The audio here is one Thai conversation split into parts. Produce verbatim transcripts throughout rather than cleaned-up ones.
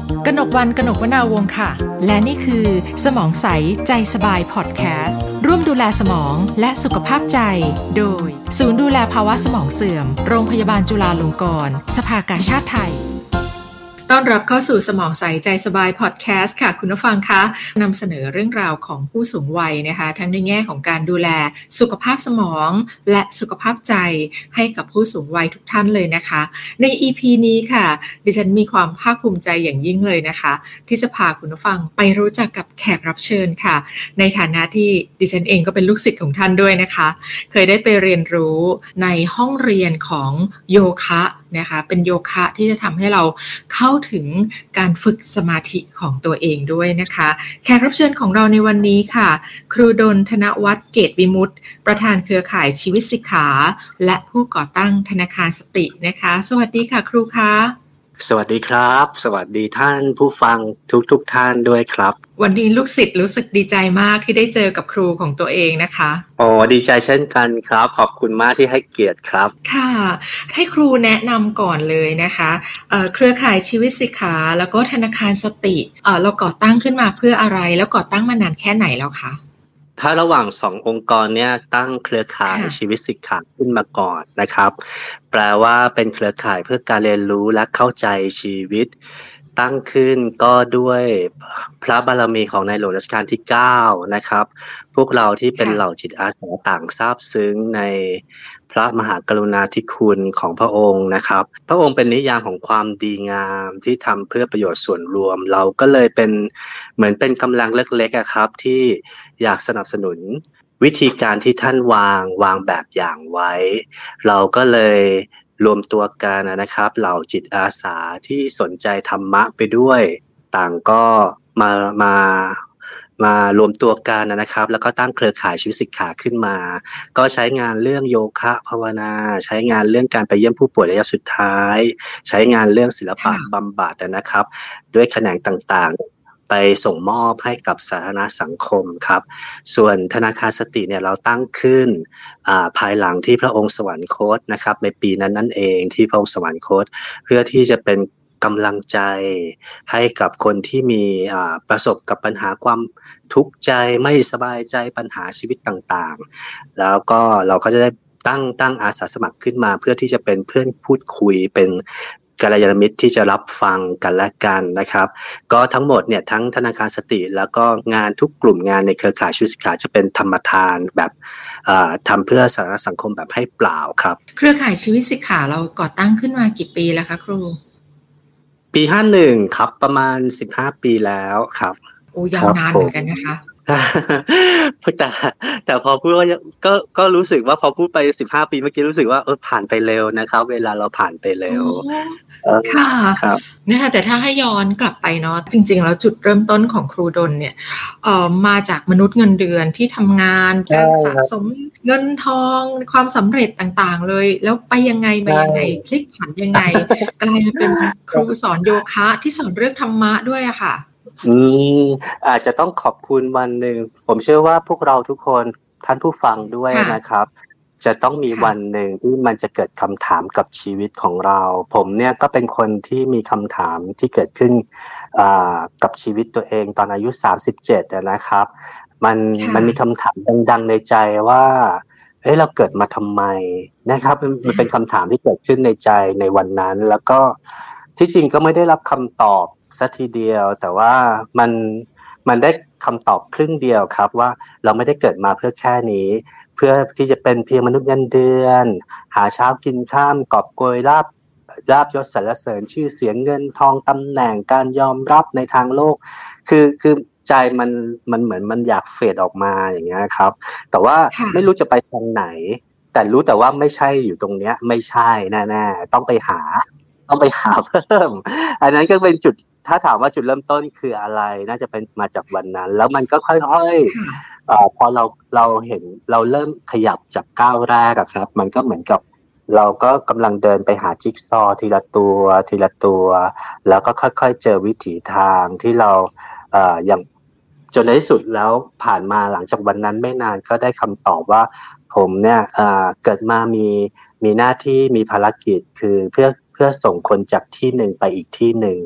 กนกวรรณ กนกวนาวงศ์ค่ะและนี่คือสมองใสใจสบายพอดแคสต์ร่วมดูแลสมองและสุขภาพใจโดยศูนย์ดูแลภาวะสมองเสื่อมโรงพยาบาลจุฬาลงกรณ์สภากาชาดไทยต้อนรับเข้าสู่สมองใสใจสบายพอดแคสต์ค่ะคุณผู้ฟังคะนำเสนอเรื่องราวของผู้สูงวัยนะคะทั้งในแง่ของการดูแลสุขภาพสมองและสุขภาพใจให้กับผู้สูงวัยทุกท่านเลยนะคะใน อี พี นี้ค่ะดิฉันมีความภาคภูมิใจอย่างยิ่งเลยนะคะที่จะพาคุณผู้ฟังไปรู้จักกับแขกรับเชิญค่ะในฐานะที่ดิฉันเองก็เป็นลูกศิษย์ของท่านด้วยนะคะเคยได้ไปเรียนรู้ในห้องเรียนของโยคะนะคะเป็นโยคะที่จะทำให้เราเข้าถึงการฝึกสมาธิของตัวเองด้วยนะคะแขกรับเชิญของเราในวันนี้ค่ะครูดล ธนวัฒน์ เกตวิมุตติประธานเครือข่ายชีวิตสิกขาและผู้ก่อตั้งธนาคารสตินะคะสวัสดีค่ะครูคะสวัสดีครับสวัสดีท่านผู้ฟังทุกๆ ท่านด้วยครับวันนี้ลูกศิษย์รู้สึกดีใจมากที่ได้เจอกับครูของตัวเองนะคะอ๋อดีใจเช่นกันครับขอบคุณมากที่ให้เกียรติครับค่ะให้ครูแนะนำก่อนเลยนะคะเอ่อเครือข่ายชีวิตสิกขาแล้วก็ธนาคารสติเอ่อเราก่อตั้งขึ้นมาเพื่ออะไรแล้วก่อตั้งมานานแค่ไหนแล้วคะถ้าระหว่างสององค์กรเนี่ยตั้งเครือข่ายชีวิตสิกขาขึ้นมาก่อนนะครับแปลว่าเป็นเครือข่ายเพื่อการเรียนรู้และเข้าใจชีวิตตั้งขึ้นก็ด้วยพระบารมีของในหลวงรัชกาลที่เก้านะครับพวกเราที่เป็นเหล่าจิตอาสาต่างซาบซึ้งในพระมหากรุณาธิคุณของพระองค์นะครับพระองค์เป็นนิยามของความดีงามที่ทำเพื่อประโยชน์ส่วนรวมเราก็เลยเป็นเหมือนเป็นกำลังเล็กๆอะครับที่อยากสนับสนุนวิธีการที่ท่านวางวางแบบอย่างไว้เราก็เลยรวมตัวกันนะครับเหล่าจิตอาสาที่สนใจธรรมะไปด้วยต่างก็มามามารวมตัวกันนะครับแล้วก็ตั้งเครือข่ายชีวิตสิกขาขึ้นมาก็ใช้งานเรื่องโยคะภาวนาใช้งานเรื่องการไปเยี่ยมผู้ป่วยระยะสุดท้ายใช้งานเรื่องศิลปะบำบัดนะครับด้วยแขนงต่างๆไปส่งมอบให้กับสาธารณสังคมครับส่วนธนาคารสติเนี่ยเราตั้งขึ้นภายหลังที่พระองค์สวรรคตนะครับในปีนั้นนั่นเองที่พระองค์สวรรคตเพื่อที่จะเป็นกำลังใจให้กับคนที่มีประสบกับปัญหาความทุกข์ใจไม่สบายใจปัญหาชีวิตต่างๆแล้วก็เราก็จะได้ตั้งตั้งอาสาสมัครขึ้นมาเพื่อที่จะเป็นเพื่อนพูดคุยเป็นกัลยาณมิตรที่จะรับฟังกันและกันนะครับก็ทั้งหมดเนี่ยทั้งธนาคารสติแล้วก็งานทุกกลุ่มงานในเครือข่ายชีวิตสิกขาจะเป็นธรรมทานแบบทำเพื่อสาธารณสังคมแบบให้เปล่าครับเครือข่ายชีวิตสิกขาเราก่อตั้งขึ้นมากี่ปีแล้วคะครูปีห้าสิบเอ็ดครับประมาณสิบห้าปีแล้วครับโอ้ยาวนานเหมือนกันนะคะแต่แต่พอพูดว่าก็ก็รู้สึกว่าพอพูดไปสิบห้าปีเมื่อกี้รู้สึกว่าเออผ่านไปเร็วนะครับเวลาเราผ่านไปเร็วค่ะครับนะคะแต่ถ้าให้ย้อนกลับไปเนาะจริงๆแล้วจุดเริ่มต้นของครูดลเนี่ยเอ่อมาจากมนุษย์เงินเดือนที่ทำงานการสะสมเงินทองความสำเร็จต่างๆเลยแล้วไปยังไงมายังไงพลิกผันยังไงกลายมาเป็นครูสอนโยคะที่สอนเรื่องธรรมะด้วยอะค่ะอืมอาจจะต้องขอบคุณวันหนึ่งผมเชื่อว่าพวกเราทุกคนท่านผู้ฟังด้วยนะครับจะต้องมีวันหนึ่งที่มันจะเกิดคำถามกับชีวิตของเราผมเนี่ยก็เป็นคนที่มีคำถามที่เกิดขึ้นกับชีวิตตัวเองตอนอายุสามสิบเจ็ดนะครับมันมันมีคำถามดังๆในใจว่าเอ้ยเราเกิดมาทำไมนะครับมันเป็นคำถามที่เกิดขึ้นในใจในวันนั้นแล้วก็ที่จริงก็ไม่ได้รับคำตอบสักทีเดียวแต่ว่ามันมันได้คำตอบครึ่งเดียวครับว่าเราไม่ได้เกิดมาเพื่อแค่นี้เพื่อที่จะเป็นเพียงมนุษย์เงินเดือนหาเช้ากินข้ามกอบโกยลาบลาบยศสรรเสริญชื่อเสียงเงินทองตำแหน่งการยอมรับในทางโลกคือคือใจมันมันเหมือนมันอยากเฟดออกมาอย่างเงี้ยครับแต่ว่าไม่รู้จะไปทางไหนแต่รู้แต่ว่าไม่ใช่อยู่ตรงเนี้ยไม่ใช่แน่ๆต้องไปหาต้องไปหาเพิ่มอันนั้นก็เป็นจุดถ้าถามว่าจุดเริ่มต้นคืออะไรน่าจะเป็นมาจากวันนั้นแล้วมันก็ค่อยๆเอ่อพอเราเราเห็นเราเริ่มขยับจากก้าวแรกอะครับมันก็เหมือนกับเราก็กำลังเดินไปหาจิ๊กซอว์ทีละตัวทีละตัวแล้วก็ค่อยๆเจอวิถีทางที่เราเอ่ออย่างจนในที่สุดแล้วผ่านมาหลังจากวันนั้นไม่นานก็ได้คำตอบว่าผมเนี่ยเอ่อเกิดมามีมีหน้าที่มีภารกิจคือเพื่อเพื่อส่งคนจากที่หนึ่งไปอีกที่หนึ่ง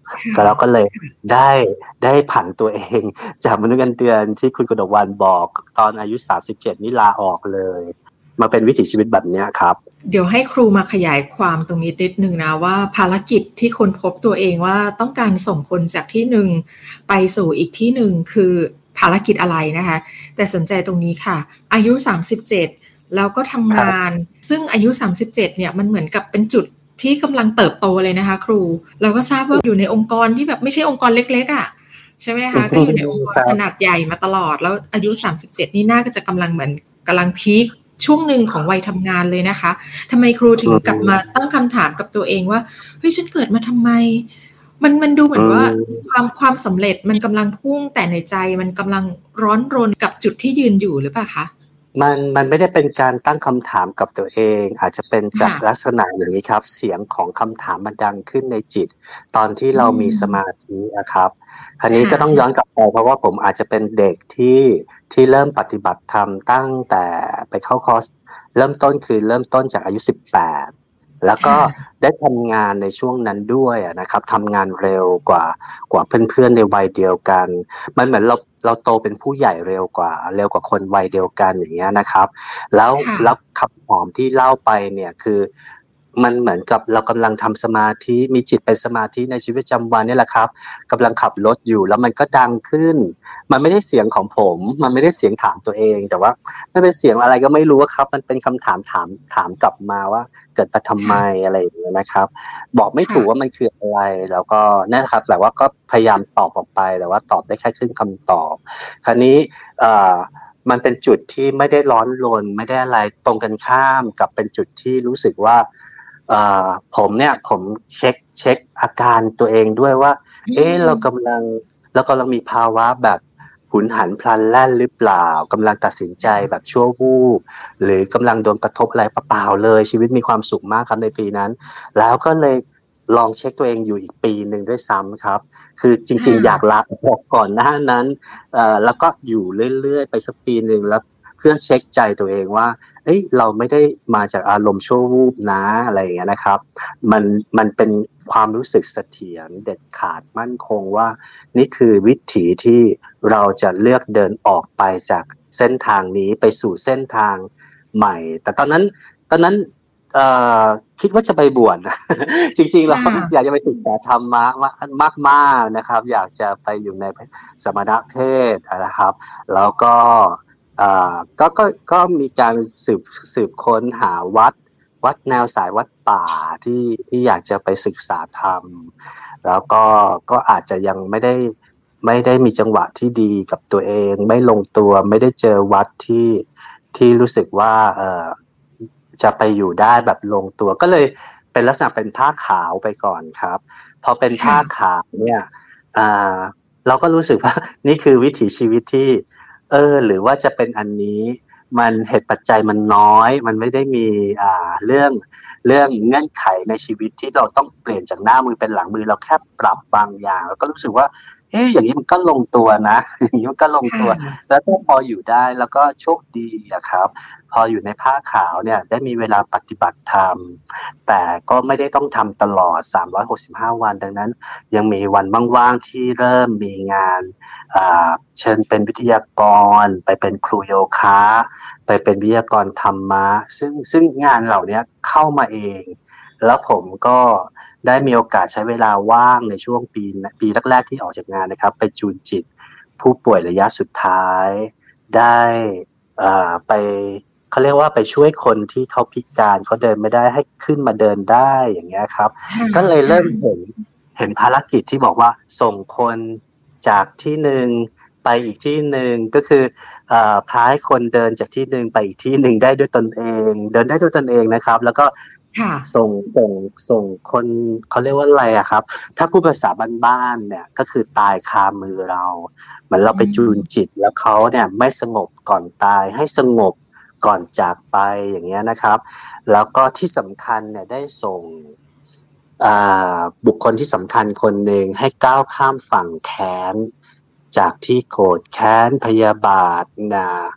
ก็แล้วก็เลยได้ได้ผันตัวเองจากมนุษย์เงินเดือนที่คุณกนกวรรณบอกตอนอายุสามสิบเจ็ดนี่ลาออกเลยมาเป็นวิถีชีวิตแบบนี้ครับเดี๋ยวให้ครูมาขยายความตรงนี้นิดนึงนะว่าภารกิจที่คนพบตัวเองว่าต้องการส่งคนจากที่หนึ่งไปสู่อีกที่หนึ่งคือภารกิจอะไรนะคะแต่สนใจตรงนี้ค่ะอายุสามสิบเจ็ดแล้วก็ทำงานซึ่งอายุสามสิบเจ็ดเนี่ยมันเหมือนกับเป็นจุดที่กำลังเติบโตเลยนะคะครูเราก็ทราบว่าอยู่ในองค์กรที่แบบไม่ใช่องค์กรเล็กๆอ่ะใช่ไหมคะก็อยู่ในองค์กรขนาดใหญ่มาตลอดแล้วอายุสามสิบเจ็ดนี่น่าจะกำลังเหมือนกำลังพีคช่วงหนึ่งของวัยทำงานเลยนะคะทำไมครูถึงกลับมาตั้งคำถามกับตัวเองว่าเฮ้ยฉันเกิดมาทำไมมันมันดูเหมือนว่าความความสำเร็จมันกำลังพุ่งแต่ในใจมันกำลังร้อนรนกับจุดที่ยืนอยู่หรือเปล่าคะมันมันไม่ได้เป็นการตั้งคำถามกับตัวเองอาจจะเป็นจากลักษณะอย่างนี้ครับเสียงของคำถามมันดังขึ้นในจิตตอนที่เรามีสมาธินะครับคราวนี้ก็ต้องย้อนกลับไปเพราะว่าผมอาจจะเป็นเด็กที่ที่เริ่มปฏิบัติธรรมตั้งแต่ไปเข้าคอร์สเริ่มต้นคือเริ่มต้นจากอายุสิบแปดแล้วก็ได้ทำงานในช่วงนั้นด้วยนะครับทำงานเร็วกว่ากว่าเพื่อนๆในวัยเดียวกันมันเหมือนเราเราโตเป็นผู้ใหญ่เร็วกว่าเร็วกว่าคนวัยเดียวกันอย่างเงี้ยนะครับแล้วแล้วคำถามที่เล่าไปเนี่ยคือมันเหมือนกับเรากำลังทำสมาธิมีจิตเป็นสมาธิในชีวิตประจำวันนี่แหละครับกำลังขับรถอยู่แล้วมันก็ดังขึ้นมันไม่ได้เสียงของผมมันไม่ได้เสียงถามตัวเองแต่ว่ามันเป็นเสียงอะไรก็ไม่รู้ครับมันเป็นคำถามถามถามกลับมาว่าเกิดมาทำไมอะไรอย่างเงี้ยนะครับบอกไม่ถูกว่ามันคืออะไรแล้วก็นั่นครับแต่ว่าก็พยายามตอบออกไปแต่ว่าตอบได้แค่ครึ่งคำตอบคราวนี้เอ่อมันเป็นจุดที่ไม่ได้ร้อนรนไม่ได้อะไรตรงกันข้ามกับเป็นจุดที่รู้สึกว่าเอ่อผมเนี่ยผมเช็คเช็คอาการตัวเองด้วยว่าเอ๊ะเรากำลังเรากำลังมีภาวะแบบหุนหันพลันแล่นหรือเปล่ากำลังตัดสินใจแบบชั่ววูบหรือกำลังโดนกระทบอะไรเปล่าๆเลยชีวิตมีความสุขมากครับในปีนั้นแล้วก็เลยลองเช็คตัวเองอยู่อีกปีหนึ่งด้วยซ้ำครับคือจริงๆอยากลาออกก่อนหน้านั้นเอ่อแล้วก็อยู่เรื่อยๆไปสักปีหนึ่งแล้วเพื่อเช็คใจตัวเองว่าเอ้ยเราไม่ได้มาจากอารมณ์ชั่ววูบนะอะไรอย่างเงี้ยนะครับมันมันเป็นความรู้สึกเสถียรเด็ดขาดมั่นคงว่านี่คือวิถีที่เราจะเลือกเดินออกไปจากเส้นทางนี้ไปสู่เส้นทางใหม่แต่ตอนนั้นตอนนั้นเอ่อคิดว่าจะไปบวชนะ จริงๆเราอยากจะไปศึกษาธรรมะมากๆนะครับอยากจะไปอยู่ในสมณเพศนะครับแล้วก็อ่าก็ก็ก็มีการสืบสืบค้นหาวัดวัดแนวสายวัดป่าที่ที่อยากจะไปศึกษาธรรมแล้วก็ก็อาจจะยังไม่ได้ไม่ได้มีจังหวะที่ดีกับตัวเองไม่ลงตัวไม่ได้เจอวัดที่ที่รู้สึกว่าเอ่อจะไปอยู่ได้แบบลงตัวก็เลยเป็นลักษณะเป็นผ้าขาวไปก่อนครับพอเป็นผ้าขาวเนี่ยอ่าเราก็รู้สึกว่านี่คือวิถีชีวิตที่เออหรือว่าจะเป็นอันนี้มันเหตุปัจจัยมันน้อยมันไม่ได้มีอ่าเรื่องเรื่องเงื่อนไขในชีวิตที่เราต้องเปลี่ยนจากหน้ามือเป็นหลังมือเราแค่ปรับบางอย่างแล้วก็รู้สึกว่าเอ๊ะอย่างนี้มันก็ลงตัวนะอย่างนี้มันก็ลงตัวแล้วก็พออยู่ได้แล้วก็โชคดีอะครับพออยู่ในผ้าขาวเนี่ยได้มีเวลาปฏิบัติธรรมแต่ก็ไม่ได้ต้องทำตลอดสามร้อยหกสิบห้าวันดังนั้นยังมีวันว่างๆที่เริ่มมีงานเชิญเป็นวิทยากรไปเป็นครูโยคะไปเป็นวิทยากรธรรมะซึ่งซึ่งงานเหล่านี้เข้ามาเองแล้วผมก็ได้มีโอกาสใช้เวลาว่างในช่วงปีปีแรกๆที่ออกจากงานนะครับไปจูนจิตผู้ป่วยระยะสุดท้ายได้ไปเขาเรียกว่าไปช่วยคนที่เขาพิการเขาเดินไม่ได้ให้ขึ้นมาเดินได้อย่างเงี้ยครับก็เลยเริ่มเห็นเห็นภารกิจที่บอกว่าส่งคนจากที่หนึ่งไปอีกที่หนึ่งก็คือเอ่อพาให้คนเดินจากที่หนึ่งไปอีกที่หนึ่งได้ด้วยตนเองเดินได้ด้วยตนเองนะครับแล้วก็ส่งส่งส่งคนเขาเรียกว่าอะไรอะครับถ้าพูดภาษาบ้านๆเนี่ยก็คือตายคามือเราเหมือนเราไปจูนจิตแล้วเขาเนี่ยไม่สงบก่อนตายให้สงบก่อนจากไปอย่างเงี้ยนะครับแล้วก็ที่สำคัญเนี่ยได้ส่งบุคคลที่สำคัญคนหนึ่งให้ก้าวข้ามฝั่งแค้นจากที่โกรธแค้นพยาบาทนะ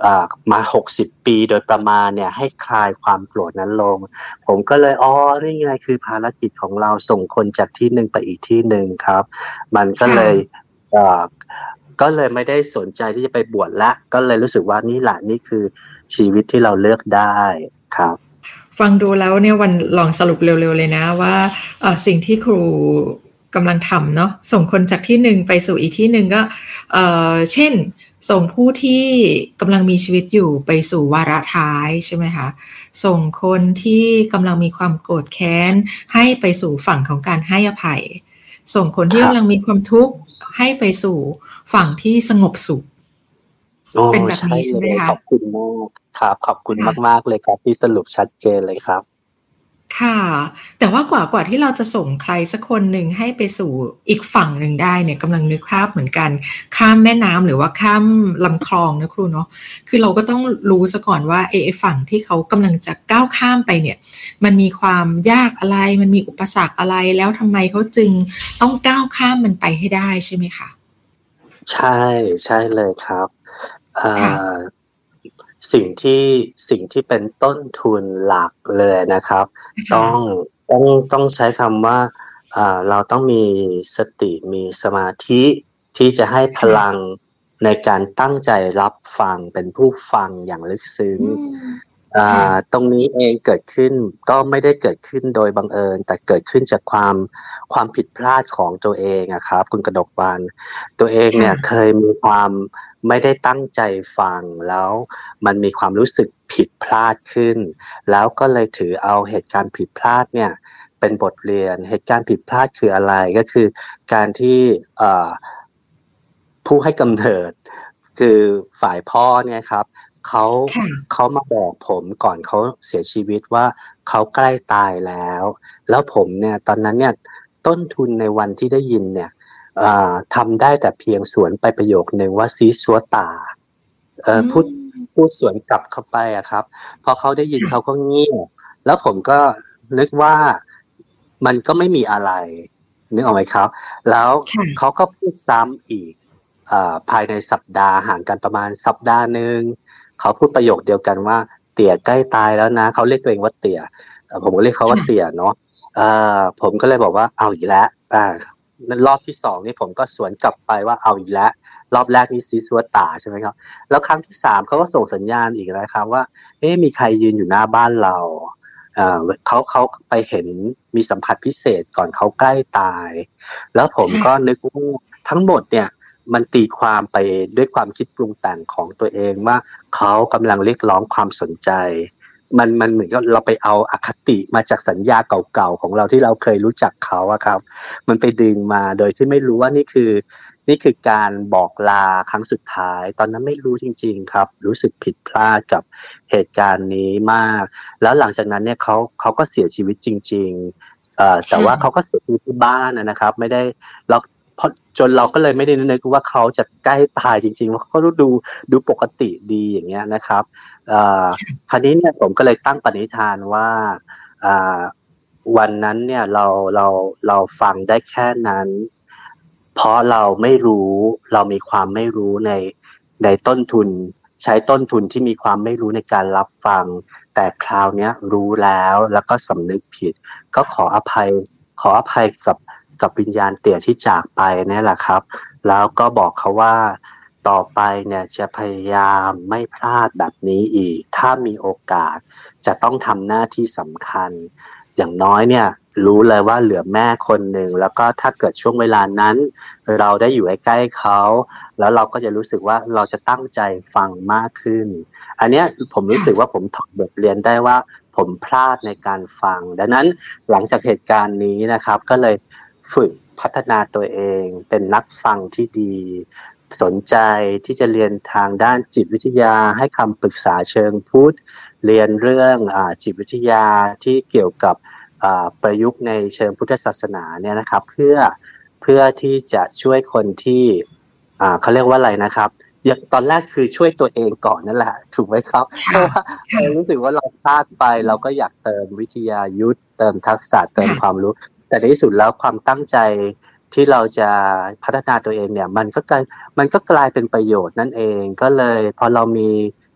อ่ามาหกสิบปีโดยประมาณเนี่ยให้คลายความโกรธนั้นลงผมก็เลยอ๋อนี่ไงคือภารกิจของเราส่งคนจากที่หนึ่งไปอีกที่หนึ่งครับมันก็เลยเอ่อก็เลยไม่ได้สนใจที่จะไปบวชละก็เลยรู้สึกว่านี่แหละนี่คือชีวิตที่เราเลือกได้ครับฟังดูแล้วเนี่ยวันลองสรุปเร็วๆเลยนะว่าเอ่อสิ่งที่ครูกำลังทำเนาะส่งคนจากที่หนึ่งไปสู่อีกที่หนึ่งก็เอ่อเช่นส่งผู้ที่กำลังมีชีวิตอยู่ไปสู่วาระท้ายใช่ไหมคะส่งคนที่กำลังมีความโกรธแค้นให้ไปสู่ฝั่งของการให้อภัยส่งคนที่กำลังมีความทุกข์ให้ไปสู่ฝั่งที่สงบสุขเป็นแบบนี้ใช่ไหมคะขอบคุณมากครับขอบคุณมากๆเลยครับที่สรุปชัดเจนเลยครับค่ะแต่ว่ากว่ากว่าที่เราจะส่งใครสักคนหนึ่งให้ไปสู่อีกฝั่งหนึ่งได้เนี่ยกำลังนึกภาพเหมือนกันข้ามแม่น้ำหรือว่าข้ามลำคลองนะครูเนาะคือเราก็ต้องรู้ซะก่อนว่าไอ้ฝั่งที่เขากำลังจะก้าวข้ามไปเนี่ยมันมีความยากอะไรมันมีอุปสรรคอะไรแล้วทำไมเขาจึงต้องก้าวข้ามมันไปให้ได้ใช่ไหมคะใช่ใช่เลยครับอ่าสิ่งที่สิ่งที่เป็นต้นทุนหลักเลยนะครับต้องต้องต้องใช้คำว่าอ่าเราต้องมีสติมีสมาธิที่จะให้พลังในการตั้งใจรับฟังเป็นผู้ฟังอย่างลึกซึ้งอ่าตรงนี้เองเกิดขึ้นก็ไม่ได้เกิดขึ้นโดยบังเอิญแต่เกิดขึ้นจากความความผิดพลาดของตัวเองอะครับคุณกนกวรรณตัวเองเนี่ยเคยมีความไม่ได้ตั้งใจฟังแล้วมันมีความรู้สึกผิดพลาดขึ้นแล้วก็เลยถือเอาเหตุการณ์ผิดพลาดเนี่ยเป็นบทเรียนเหตุการณ์ผิดพลาดคืออะไรก็คือการที่เอ่อผู้ให้กำเนิดคือฝ่ายพ่อเนี่ยครับเขาเขามาบอกผมก่อนเขาเสียชีวิตว่าเขาใกล้ตายแล้วแล้วผมเนี่ยตอนนั้นเนี่ยต้นทุนในวันที่ได้ยินเนี่ยทำได้แต่เพียงสวนไปประโยคนึงว่าซีซัวตาเอ่อพูดพูดสวนกลับเข้าไปอะครับพอเขาได้ยินเขาก็เงียบแล้วผมก็นึกว่ามันก็ไม่มีอะไรนึกออกไหมครับแล้วเขาก็พูดซ้ำอีกภายในสัปดาห์ห่างกันประมาณสัปดาห์นึงเขาพูดประโยคเดียวกันว่าเตี่ยใกล้ตายแล้วนะเขาเรียกตัวเองว่าเตี่ยผมก็เรียกเขาว่าเตี่ยเนาะผมก็เลยบอกว่าเอาอีกแล้วรอบที่สองนี่ผมก็สวนกลับไปว่าเอาอีกแล้วรอบแรกนี่ซีซัวตาใช่ไหมครับแล้วครั้งที่สามเขาก็ส่งสัญญาณอีกนะครับว่าเอ๊ะมีใครยืนอยู่หน้าบ้านเราเอ่อเขาเขาไปเห็นมีสัมผัสพิเศษก่อนเขาใกล้ตายแล้วผมก็นึกว่าทั้งหมดเนี่ยมันตีความไปด้วยความคิดปรุงแต่งของตัวเองว่าเขากำลังเรียกร้องความสนใจมันมันเหมือนกับเราไปเอาอคติมาจากสัญญาเก่าๆของเราที่เราเคยรู้จักเขาอะครับมันไปดึงมาโดยที่ไม่รู้ว่านี่คือนี่คือการบอกลาครั้งสุดท้ายตอนนั้นไม่รู้จริงๆครับรู้สึกผิดพลาดกับเหตุการณ์นี้มากแล้วหลังจากนั้นเนี่ยเขาเขาก็เสียชีวิตจริงๆเอ่อแต่ว่าเขาก็เสียชีวิตที่บ้านนะครับไม่ได้เราจนเราก็เลยไม่ได้นึกว่าเขาจะใกล้ตายจริงๆว่าเขาดูดูปกติดีอย่างเงี้ยนะครับเอ่อคราวนี้เนี่ยผมก็เลยตั้งปณิธานว่าอ่าวันนั้นเนี่ยเราเราเราฟังได้แค่นั้นเพราะเราไม่รู้เรามีความไม่รู้ในในต้นทุนใช้ต้นทุนที่มีความไม่รู้ในการรับฟังแต่คราวนี้รู้แล้วแล้วก็สำนึกผิดก็ขออภัยขออภัยกับกับวิญญาณเตี่ยที่จากไปนี่แหละครับแล้วก็บอกเขาว่าต่อไปเนี่ยจะพยายามไม่พลาดแบบนี้อีกถ้ามีโอกาสจะต้องทำหน้าที่สำคัญอย่างน้อยเนี่ยรู้เลยว่าเหลือแม่คนหนึ่งแล้วก็ถ้าเกิดช่วงเวลานั้นเราได้อยู่ใกล้ๆเขาแล้วเราก็จะรู้สึกว่าเราจะตั้งใจฟังมากขึ้นอันนี้ผมรู้สึกว่าผมถอดบทเรียนได้ว่าผมพลาดในการฟังดังนั้นหลังจากเหตุการณ์นี้นะครับก็เลยฝึกพัฒนาตัวเองเป็นนักฟังที่ดีสนใจที่จะเรียนทางด้านจิตวิทยาให้คำปรึกษาเชิงพุทธเรียนเรื่องอ่าจิตวิทยาที่เกี่ยวกับอ่าประยุกต์ในเชิงพุทธศาสนาเนี่ยนะครับเพื่อเพื่อที่จะช่วยคนที่อ่าเขาเรียกว่าอะไรนะครับอย่างตอนแรกคือช่วยตัวเองก่อนนั่นแหละถูกไหมครับเพราะว่าเรารู้สึกว่าเราพลาดไปเราก็อยากเติมวิทยายุทธเติมทักษะเติมความรู้แต่ในที่สุดแล้วความตั้งใจที่เราจะพัฒนาตัวเองเนี่ยมันก็กลายมันก็กลายเป็นประโยชน์นั่นเองก็เลยพอเรามี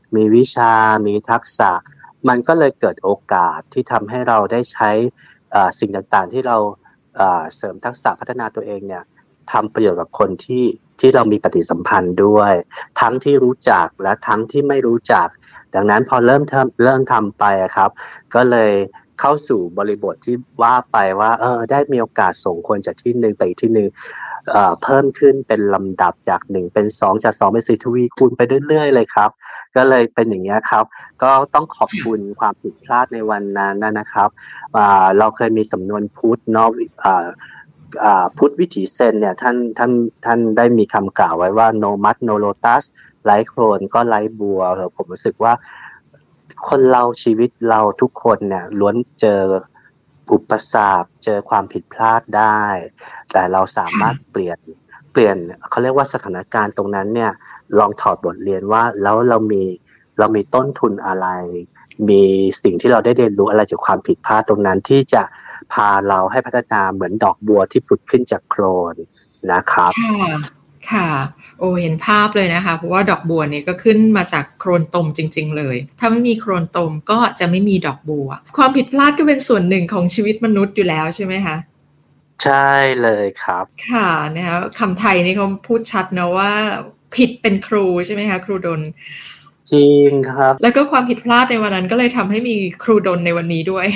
มีวิชามีทักษะมันก็เลยเกิดโอกาสที่ทำให้เราได้ใช้สิ่งต่างๆที่เราเสริมทักษะพัฒนาตัวเองเนี่ยทำประโยชน์กับคนที่ที่เรามีปฏิสัมพันธ์ด้วยทั้งที่รู้จักและทั้งที่ไม่รู้จักดังนั้นพอเริ่มทำเริ่มทำไปครับก็เลยเข้าสู่บริบทที่ว่าไปว่าเออได้มีโอกาสส่งคนจากที่หนึ่งไปอีกที่หนึ่งเอ่อเพิ่มขึ้นเป็นลำดับจากหนึ่งเป็นสองจากสองเป็นสี่ทวีคูณไปเรื่อยๆเลยครับก็เลยเป็นอย่างนี้ครับก็ต้องขอบคุณความผิดพลาดในวันนั้นนะครับอ่าเราเคยมีสำนวนพุทธเนาะอ่าอ่าพุทธวิถีเซนเนี่ยท่านท่านท่านได้มีคำกล่าวไว้ว่า no mud no lotus ไร้โคลนก็ไร้บัวผมรู้สึกว่าคนเราชีวิตเราทุกคนเนี่ยล้วนเจออุปสรรคเจอความผิดพลาดได้แต่เราสามารถเปลี่ยนเปลี่ยนเขาเรียกว่าสถานการณ์ตรงนั้นเนี่ยลองถอดบทเรียนว่าแล้วเรามีเรามีต้นทุนอะไรมีสิ่งที่เราได้เรียนรู้อะไรจากความผิดพลาดตรงนั้นที่จะพาเราให้พัฒนาเหมือนดอกบัวที่ผุดขึ้นจากโคลนนะครับค่ะค่ะโอ้เห็นภาพเลยนะคะเพราะว่าดอกบัวเนี่ยก็ขึ้นมาจากโคลนตมจริงๆเลยถ้าไม่มีโคลนตมก็จะไม่มีดอกบัวความผิดพลาดก็เป็นส่วนหนึ่งของชีวิตมนุษย์อยู่แล้วใช่ไหมคะใช่เลยครับค่ะนะคะคำไทยนี่เขาพูดชัดนะว่าผิดเป็นครูใช่ไหมคะครูดลจริงครับแล้วก็ความผิดพลาดในวันนั้นก็เลยทำให้มีครูดลในวันนี้ด้วย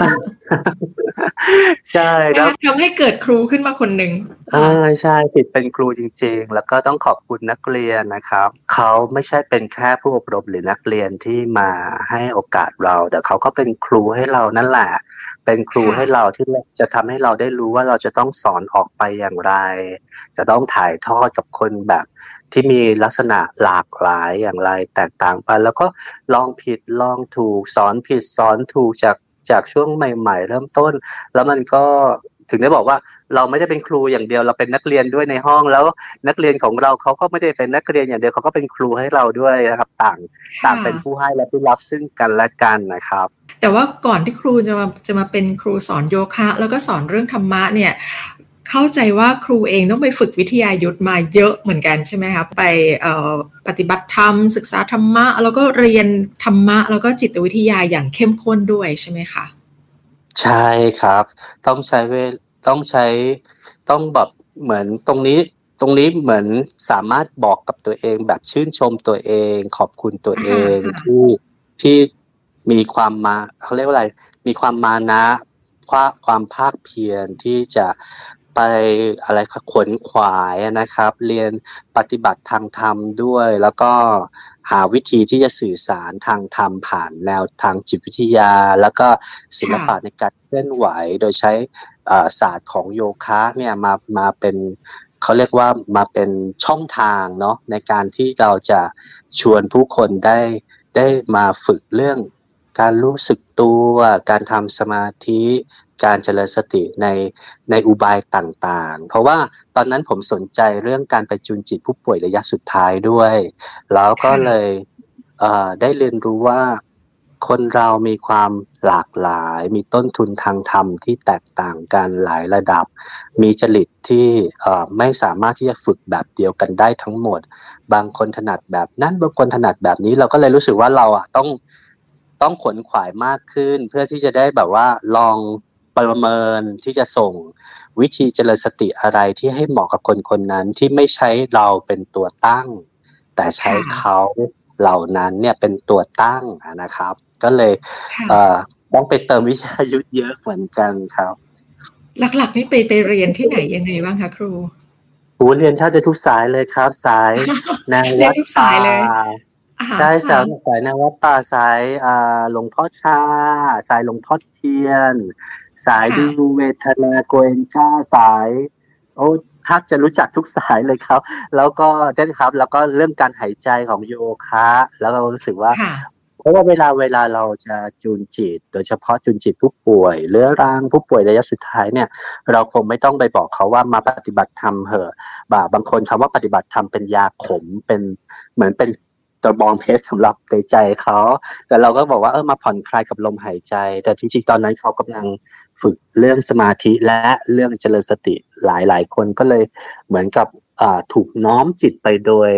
ใช่แล้วทำให้เกิดครูขึ้นมาคนหนึ่งอ่าใช่ผิดเป็นครูจริงๆแล้วก็ต้องขอบคุณนักเรียนนะครับเขาไม่ใช่เป็นแค่ผู้อบรมหรือนักเรียนที่มาให้โอกาสเราแต่เขาก็เป็นครูให้เรานั่นแหละเป็นครูให้เราที่จะทำให้เราได้รู้ว่าเราจะต้องสอนออกไปอย่างไรจะต้องถ่ายทอดกับคนแบบที่มีลักษณะหลากหลายอย่างไรแตกต่างไปแล้วก็ลองผิดลองถูกสอนผิดสอนถูกจากจากช่วงใหม่ๆเริ่มต้นแล้วมันก็ถึงได้บอกว่าเราไม่ได้เป็นครูอย่างเดียวเราเป็นนักเรียนด้วยในห้องแล้วนักเรียนของเราเขาก็ไม่ได้เป็นนักเรียนอย่างเดียวเขาก็เป็นครูให้เราด้วยนะครับต่างต่างเป็นผู้ให้และผู้รับซึ่งกันและกันนะครับแต่ว่าก่อนที่ครูจะมาจะมาเป็นครูสอนโยคะแล้วก็สอนเรื่องธรรมะเนี่ยเข้าใจว่าครูเองต้องไปฝึกวิทยายุทธมาเยอะเหมือนกันใช่ไหมคะไปปฏิบัติธรรมศึกษาธรรมะแล้วก็เรียนธรรมะแล้วก็จิตวิทยาอย่างเข้มข้นด้วยใช่ไหมคะใช่ครับต้องใช้เวต้องใช้ต้องแบบเหมือนตรงนี้ตรงนี้เหมือนสามารถบอกกับตัวเองแบบชื่นชมตัวเองขอบคุณตัวเองที่ที่มีความมาเขาเรียกว่าอะไรมีความมานะความภาคเพียรที่จะไปอะไรขวนขวายนะครับเรียนปฏิบัติทางธรรมด้วยแล้วก็หาวิธีที่จะสื่อสารทางธรรมผ่านแนวทางจิตวิทยาแล้วก็ศิลปะในการเคลื่อนไหวโดยใช้ศาสตร์ของโยคะเนี่ยมามาเป็นเขาเรียกว่ามาเป็นช่องทางเนาะในการที่เราจะชวนผู้คนได้ได้มาฝึกเรื่องการรู้สึกตัวการทำสมาธิการเจริญสติในในอุบายต่างๆเพราะว่าตอนนั้นผมสนใจเรื่องการไปจูนจิตผู้ป่วยระยะสุดท้ายด้วยแล้วก็เลยเอ่อได้เรียนรู้ว่าคนเรามีความหลากหลายมีต้นทุนทางธรรมที่แตกต่างกันหลายระดับมีจริตที่เอ่อไม่สามารถที่จะฝึกแบบเดียวกันได้ทั้งหมดบางคนถนัดแบบนั้นบางคนถนัดแบบนี้เราก็เลยรู้สึกว่าเราอ่ะต้องต้องขวนขวายมากขึ้นเพื่อที่จะได้แบบว่าลองประเมินที่จะส่งวิธีเจริญสติอะไรที่ให้เหมาะกับคนคนนั้นที่ไม่ใช้เราเป็นตัวตั้งแต่ใช้เขาเหล่านั้นเนี่ยเป็นตัวตั้งนะครับก็เลยเอ่อต้องไปเติมวิทยายุทธเยอะเหมือนกันครับหลักๆนี่ไปไปเรียนที่ไหนยังไงบ้างคะครูโอ้เรียนแทบจะทุกสายเลยครับสายนวัดสายเลยใช่สายสายนวัดป่าสายอ่าหลวงพ่อชาสายหลวงพ่อเทียนสายดูเวทนาโกเอนชาสายโอ้ทักจะรู้จักทุกสายเลยครับแล้วก็ใช่ครับแล้วก็เรื่องการหายใจของโยคะแล้วเรารู้สึกว่าเพราะว่าเวลาเวลาเราจะจูนจิตโดยเฉพาะจูนจิตผู้ป่วยเรื้อรังผู้ป่วยระยะสุดท้ายเนี่ยเราคงไม่ต้องไปบอกเขาว่ามาปฏิบัติธรรมเหอะบ่าบางคนคำว่าปฏิบัติธรรมเป็นยาขมเป็นเหมือนเป็นตะบองเพชรสำหรับในใจเขาแต่เราก็บอกว่าเออมาผ่อนคลายกับลมหายใจแต่จริงๆตอนนั้นเขากำลังฝึกเรื่องสมาธิและเรื่องเจริญสติหลายๆคนก็เลยเหมือนกับอ่าถูกน้อมจิตไปโดย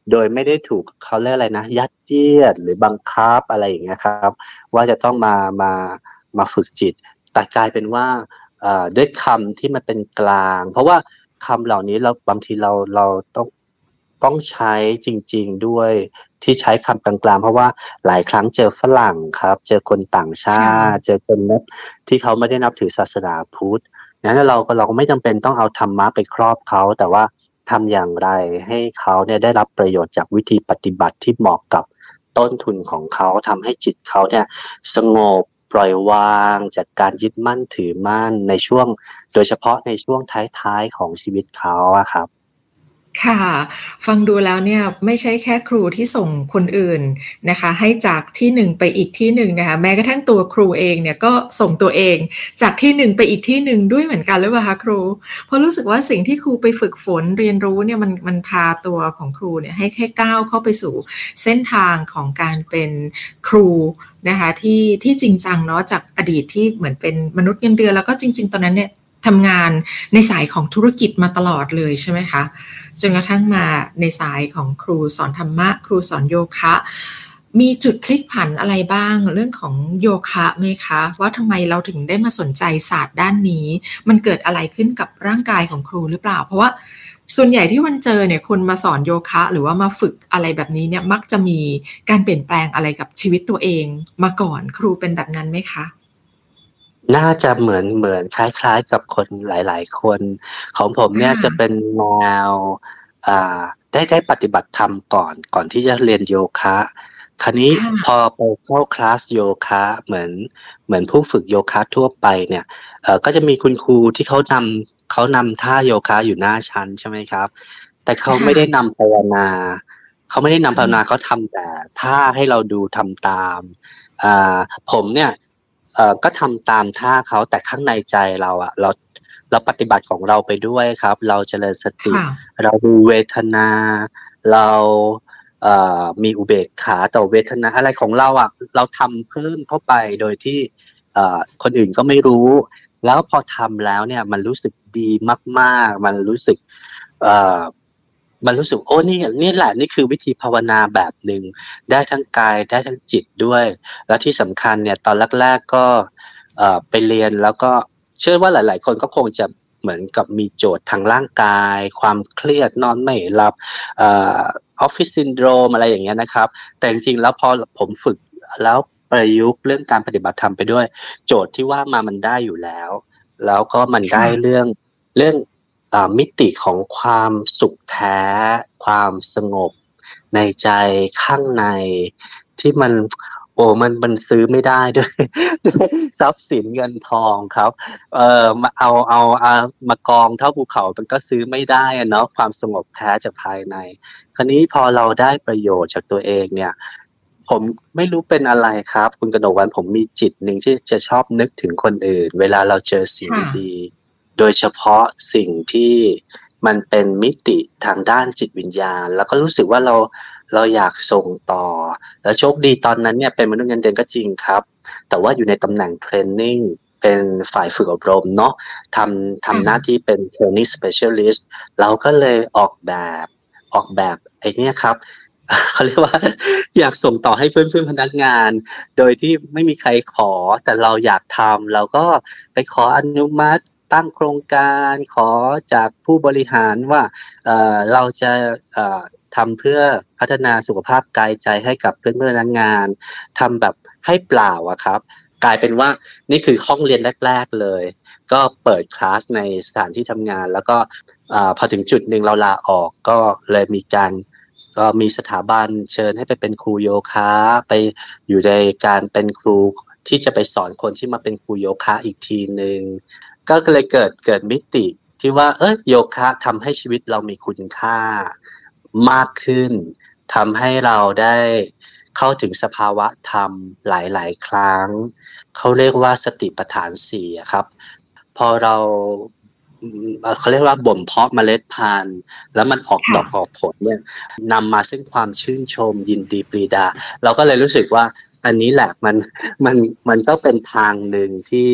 โดยไม่ได้ถูกเขาเรียกอะไรนะยัดเยียดหรือบังคับอะไรอย่างเงี้ยครับว่าจะต้องมามามาฝึกจิตแต่กลายเป็นว่าเอ่อด้วยคำที่มันเป็นกลางเพราะว่าคำเหล่านี้เราบางทีเราเราต้องต้องใช้จริงๆด้วยที่ใช้คำกลางๆเพราะว่าหลายครั้งเจอฝรั่งครับเจอคนต่างชาติเจอคนนับที่เขาไม่ได้นับถือศาสนาพุทธนั้นเราก็เราก็ไม่จำเป็นต้องเอาธรรมะไปครอบเขาแต่ว่าทำอย่างไรให้เขาเนี่ยได้รับประโยชน์จากวิธีปฏิบัติที่เหมาะกับต้นทุนของเขาทำให้จิตเขาเนี่ยสงบปล่อยวางจากการยึดมั่นถือมั่นในช่วงโดยเฉพาะในช่วงท้ายๆของชีวิตเขาอะครับค่ะฟังดูแล้วเนี่ยไม่ใช่แค่ครูที่ส่งคนอื่นนะคะให้จากที่หนึ่งไปอีกที่หนึ่งนะคะแม้กระทั่งตัวครูเองเนี่ยก็ส่งตัวเองจากที่หนึ่งไปอีกที่หนึ่งด้วยเหมือนกันหรือเปล่าคะครูเพราะรู้สึกว่าสิ่งที่ครูไปฝึกฝนเรียนรู้เนี่ยมันมันพาตัวของครูเนี่ยให้ให้ก้าวเข้าไปสู่เส้นทางของการเป็นครูนะคะที่ที่จริงจังเนาะจากอดีตที่เหมือนเป็นมนุษย์เงินเดือนแล้วก็จริงๆตอนนั้นเนี่ยทำงานในสายของธุรกิจมาตลอดเลยใช่ไหมคะจนกระทั่งมาในสายของครูสอนธรรมะครูสอนโยคะมีจุดพลิกผันอะไรบ้างเรื่องของโยคะไหมคะว่าทำไมเราถึงได้มาสนใจศาสตร์ด้านนี้มันเกิดอะไรขึ้นกับร่างกายของครูหรือเปล่าเพราะว่าส่วนใหญ่ที่วันเจอเนี่ยคนมาสอนโยคะหรือว่ามาฝึกอะไรแบบนี้เนี่ยมักจะมีการเปลี่ยนแปลงอะไรกับชีวิตตัวเองมาก่อนครูเป็นแบบนั้นไหมคะน่าจะเหมือนเหมือนคล้ายๆกับคนหลายๆคนของผมเนี่ยจะเป็นแนวอ่าได้ได้ปฏิบัติธรรมก่อนก่อนที่จะเรียนโยคะคราวนี้พอไปเข้าคลาสโยคะเหมือนเหมือนผู้ฝึกโยคะทั่วไปเนี่ยเอ่อก็จะมีคุณครูที่เขานำเขานำท่าโยคะอยู่หน้าชั้นใช่ไหมครับแต่เขาไม่ได้นำภาวนาเขาไม่ได้นำภาวนาเขาทำแต่ท่าให้เราดูทำตามอ่าผมเนี่ยเอ่อก็ทำตามท่าเขาแต่ข้างในใจเราอะเราเราปฏิบัติของเราไปด้วยครับเราเจริญสติเราดูเวทนาเราเอ่อมีอุเบกขาต่อเวทนาอะไรของเราอะเราทำเพิ่มเข้าไปโดยที่เอ่อคนอื่นก็ไม่รู้แล้วพอทำแล้วเนี่ยมันรู้สึกดีมากๆมันรู้สึกเอ่อมันรู้สึกโอ้นี่นี่แหละนี่คือวิธีภาวนาแบบหนึ่งได้ทั้งกายได้ทั้งจิตด้วยและที่สำคัญเนี่ยตอนแรกๆก็เอ่อไปเรียนแล้วก็เชื่อว่าหลายๆคนก็คงจะเหมือนกับมีโจทย์ทางร่างกายความเครียดนอนไม่หลับเอ่อออฟฟิศซินโดรมอะไรอย่างเงี้ยนะครับแต่จริงๆแล้วพอผมฝึกแล้วประยุกต์เรื่องการปฏิบัติธรรมไปด้วยโจทย์ที่ว่ามามันได้อยู่แล้วแล้วก็มันได้เรื่องเรื่องอ่ามิติของความสุขแท้ความสงบในใจข้างในที่มันโอ้มันมันซื้อไม่ได้ด้วยด้วยทรัพย์สินเงินทองครับเอ่อมาเอาเอาอ่ามากองเท่าภูเขามันก็ซื้อไม่ได้อะเนาะความสงบแท้จากภายในคราวนี้พอเราได้ประโยชน์จากตัวเองเนี่ยผมไม่รู้เป็นอะไรครับคุณกนกวรรณผมมีจิตหนึ่งที่จะชอบนึกถึงคนอื่นเวลาเราเจอสิ่งดีๆโดยเฉพาะสิ่งที่มันเป็นมิติทางด้านจิตวิญญาณแล้วก็รู้สึกว่าเราเราอยากส่งต่อแล้วโชคดีตอนนั้นเนี่ยเป็นมนุษย์เงินเดือนก็จริงครับแต่ว่าอยู่ในตำแหน่งเทรนนิ่งเป็นฝ่ายฝึกอบรมเนาะทำทำหน้าที่เป็น training specialist เราก็เลยออกแบบออกแบบไอ้นี่ครับเขาเรียกว่าอยากส่งต่อให้เพื่อนๆพนักงานโดยที่ไม่มีใครขอแต่เราอยากทำเราก็ไปขออนุมัติตั้งโครงการขอจากผู้บริหารว่าเอ่อเราจะเอ่อทำเพื่อพัฒนาสุขภาพกายใจให้กับเพื่อนๆพนักงานทำแบบให้เปล่าอะครับกลายเป็นว่านี่คือห้องเรียนแรกๆเลยก็เปิดคลาสในสถานที่ทำงานแล้วก็อ่าพอถึงจุดหนึ่งเราลาออกก็เลยมีการก็มีสถาบันเชิญให้ไปเป็นครูโยคะไปอยู่ในการเป็นครูที่จะไปสอนคนที่มาเป็นครูโยคะอีกทีนึงก็เลยเกิดเกิดมิติที่ว่าเอ้ยโยคะทำให้ชีวิตเรามีคุณค่ามากขึ้นทำให้เราได้เข้าถึงสภาวะธรรมหลายๆครั้งเขาเรียกว่าสติปัฏฐานสี่อะครับพอเราเขาเรียกว่าบ่มเพาะเมล็ดพันธุ์แล้วมันออกดอกออกผลเนี่ยนำมาซึ่งความชื่นชมยินดีปรีดาเราก็เลยรู้สึกว่าอันนี้แหละมันมันมันก็เป็นทางหนึ่งที่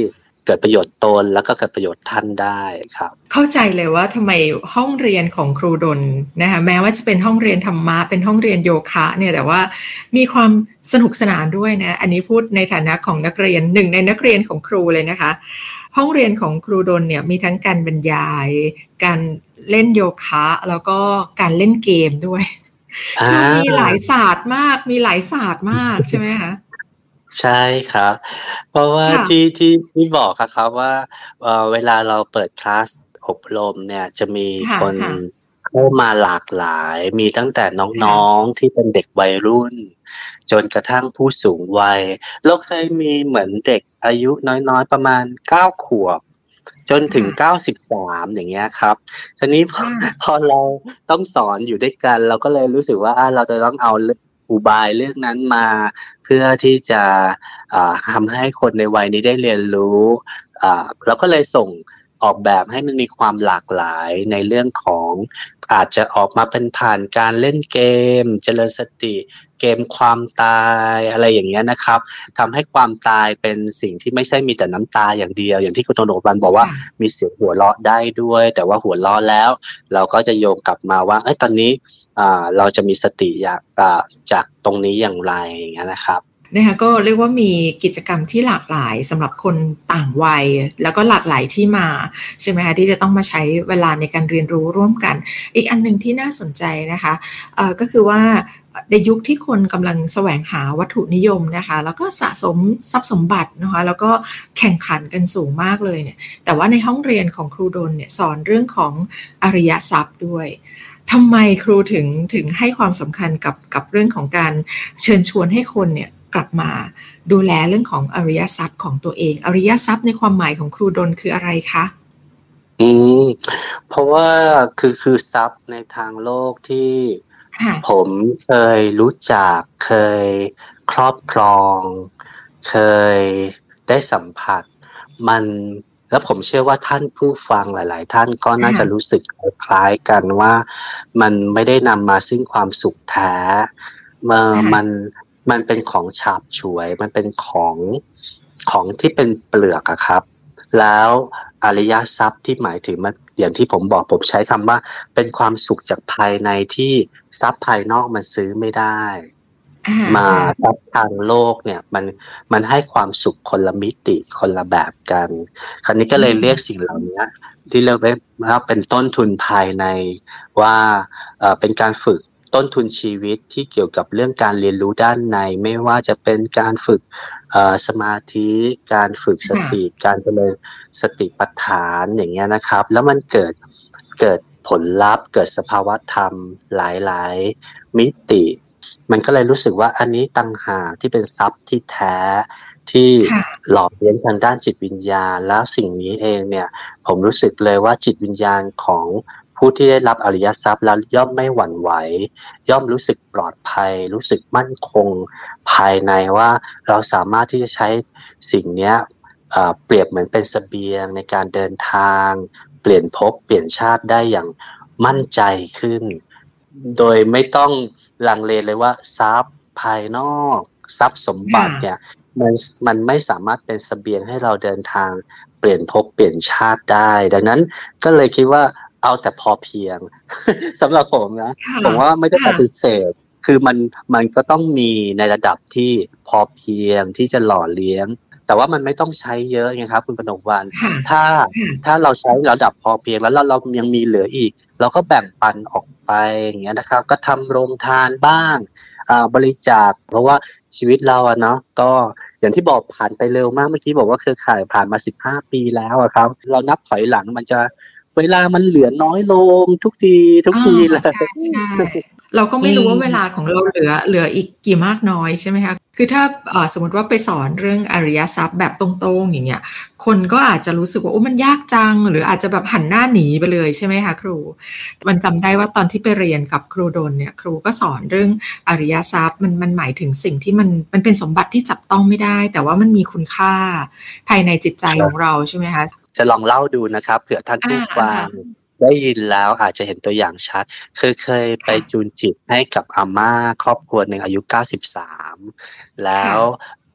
เกิดประโยชน์ตนแล้วก็เกิดประโยชน์ท่านได้ครับเข้าใจเลยว่าทำไมห้องเรียนของครูดลนะคะแม้ว่าจะเป็นห้องเรียนธรรมะเป็นห้องเรียนโยคะเนี่ยแต่ว่ามีความสนุกสนานด้วยนะอันนี้พูดในฐานะของนักเรียนหนึ่งในนักเรียนของครูเลยนะคะห้องเรียนของครูดลเนี่ยมีทั้งการบรรยายการเล่นโยคะแล้วก็การเล่นเกมด้วยคือมีหลายศาสตร์มากมีหลายศาสตร์มากใช่ไหมคะใช่ครับเพราะว่าที่ที่ที่บอกครับว่าเอ่อเวลาเราเปิดคลาสอบรมเนี่ยจะมีคนเข้ามาหลากหลายมีตั้งแต่น้องๆที่เป็นเด็กวัยรุ่นจนกระทั่งผู้สูงวัยเราเคยมีเหมือนเด็กอายุน้อยๆประมาณเก้าขวบจนถึงเก้าสิบสามอย่างเงี้ยครับทีนี้พอพอเราต้องสอนอยู่ด้วยกันเราก็เลยรู้สึกว่าเราจะต้องเอาอุบายเรื่องนั้นมาเพื่อที่จะทำให้คนในวัยนี้ได้เรียนรู้เราก็เลยส่งออกแบบให้มันมีความหลากหลายในเรื่องของอาจจะออกมาเป็นผ่านการเล่นเกมเจริญสติเกมความตายอะไรอย่างเงี้ยนะครับทำให้ความตายเป็นสิ่งที่ไม่ใช่มีแต่น้ำตาอย่างเดียวอย่างที่คุณตงโนบันบอกว่ามีเสียงหัวเราะได้ด้วยแต่ว่าหัวเราะแล้วเราก็จะโยงกลับมาว่าเอ้ยตอนนี้เราจะมีสติจากจากตรงนี้อย่างไรอย่างเงี้ยนะครับนะคะก็เรียกว่ามีกิจกรรมที่หลากหลายสำหรับคนต่างวัยแล้วก็หลากหลายที่มาใช่ไหมคะที่จะต้องมาใช้เวลาในการเรียนรู้ร่วมกันอีกอันนึงที่น่าสนใจนะคะเอ่อก็คือว่าในยุคที่คนกำลังแสวงหาวัตถุนิยมนะคะแล้วก็สะสมทรัพย์สมบัตินะคะแล้วก็แข่งขันกันสูงมากเลยเนี่ยแต่ว่าในห้องเรียนของครูดลเนี่ยสอนเรื่องของอริยทรัพย์ด้วยทำไมครูถึงถึงให้ความสำคัญกับกับเรื่องของการเชิญชวนให้คนเนี่ยกลับมาดูแลเรื่องของอริยทรัพย์ของตัวเองอริยทรัพย์ในความหมายของครูดลคืออะไรคะอืมเพราะว่าคือคือทรัพย์ในทางโลกที่ผมเคยรู้จักเคยครอบครองเคยได้สัมผัสมันแล้วผมเชื่อว่าท่านผู้ฟังหลายๆท่านก็น่าจะรู้สึกคล้ายๆกันว่ามันไม่ได้นำมาซึ่งความสุขแท้มันมันเป็นของฉาบฉวยมันเป็นของของที่เป็นเปลือกอะครับแล้วอริยทรัพย์ที่หมายถึงมันอย่างที่ผมบอกผมใช้คำว่าเป็นความสุขจากภายในที่ทรัพย์ภายนอกมันซื้อไม่ได้มาทรัพย์ทางโลกเนี่ยมันมันให้ความสุขคนละมิติคนละแบบกันคราวนี้ก็เลยเรียกสิ่งเหล่านี้ที่เรียกว่าเป็นต้นทุนภายในว่าเอ่อเป็นการฝึกต้นทุนชีวิตที่เกี่ยวกับเรื่องการเรียนรู้ด้านในไม่ว่าจะเป็นการฝึกสมาธิการฝึกสติการเจริญสติปัฏฐานอย่างเงี้ยนะครับแล้วมันเกิดเกิดผลลัพธ์เกิดสภาวะธรรมหลายๆมิติมันก็เลยรู้สึกว่าอันนี้ต่างหากที่เป็นทรัพย์ที่แท้ที่หล่อเลี้ยงทางด้านจิตวิญญาณแล้วสิ่งนี้เองเนี่ยผมรู้สึกเลยว่าจิตวิญญาณของผู้ที่ได้รับอริยทรัพย์แล้วย่อมไม่หวั่นไหวย่อมรู้สึกปลอดภัยรู้สึกมั่นคงภายในว่าเราสามารถที่จะใช้สิ่งนี้เปรียบเหมือนเป็นเสบียงในการเดินทางเปลี่ยนภพเปลี่ยนชาติได้อย่างมั่นใจขึ้นโดยไม่ต้องลังเลเลยว่าทรัพย์ภายนอกทรัพย์สมบัติเนี่ยมันมันไม่สามารถเป็นเสบียงให้เราเดินทางเปลี่ยนภพเปลี่ยนชาติได้ดังนั้นก็เลยคิดว่าเอาแต่พอเพียงสำหรับผมนะผมว่าไม่ได้ปฏิเสธคือมันมันก็ต้องมีในระดับที่พอเพียงที่จะหล่อเลี้ยงแต่ว่ามันไม่ต้องใช้เยอะไงครับคุณปนกวรรณถ้าถ้าเราใช้ระดับพอเพียงแล้วเรายังมีเหลืออีกเราก็แบ่งปันออกไปอย่างเงี้ยนะครับก็ทำโรงทานบ้างอ่าบริจาคเพราะว่าชีวิตเราอะเนาะก็อย่างที่บอกผ่านไปเร็วมากเมื่อกี้บอกว่าเครือข่ายผ่านมาสิบห้าปีแล้วอะครับเรานับถอยหลังมันจะเวลามันเหลือน้อยลงทุกทีทุกทีเลยใช่เราก็ไม่รู้ว่าเวลาของเราเหลือเหลืออีกกี่มากน้อยใช่ไหมคะคือถ้าสมมติว่าไปสอนเรื่องอริยทรัพย์แบบตรงๆอย่างเงี้ยคนก็อาจจะรู้สึกว่าโอ้มันยากจังหรืออาจจะแบบหันหน้าหนีไปเลยใช่ไหมคะครูมันจำได้ว่าตอนที่ไปเรียนกับครูดลเนี่ยครูก็สอนเรื่องอริยทรัพย์มันมันหมายถึงสิ่งที่มันมันเป็นสมบัติที่จับต้องไม่ได้แต่ว่ามันมีคุณค่าภายในจิตใจของเราใช่ไหมคะจะลองเล่าดูนะครับเผื่อท่านผู้ฟังได้ยินแล้วอาจจะเห็นตัวอย่างชัดคือเคยไปจูนจิตให้กับอาม่าครอบครัวหนึ่งอายุเก้าสิบสามแล้ว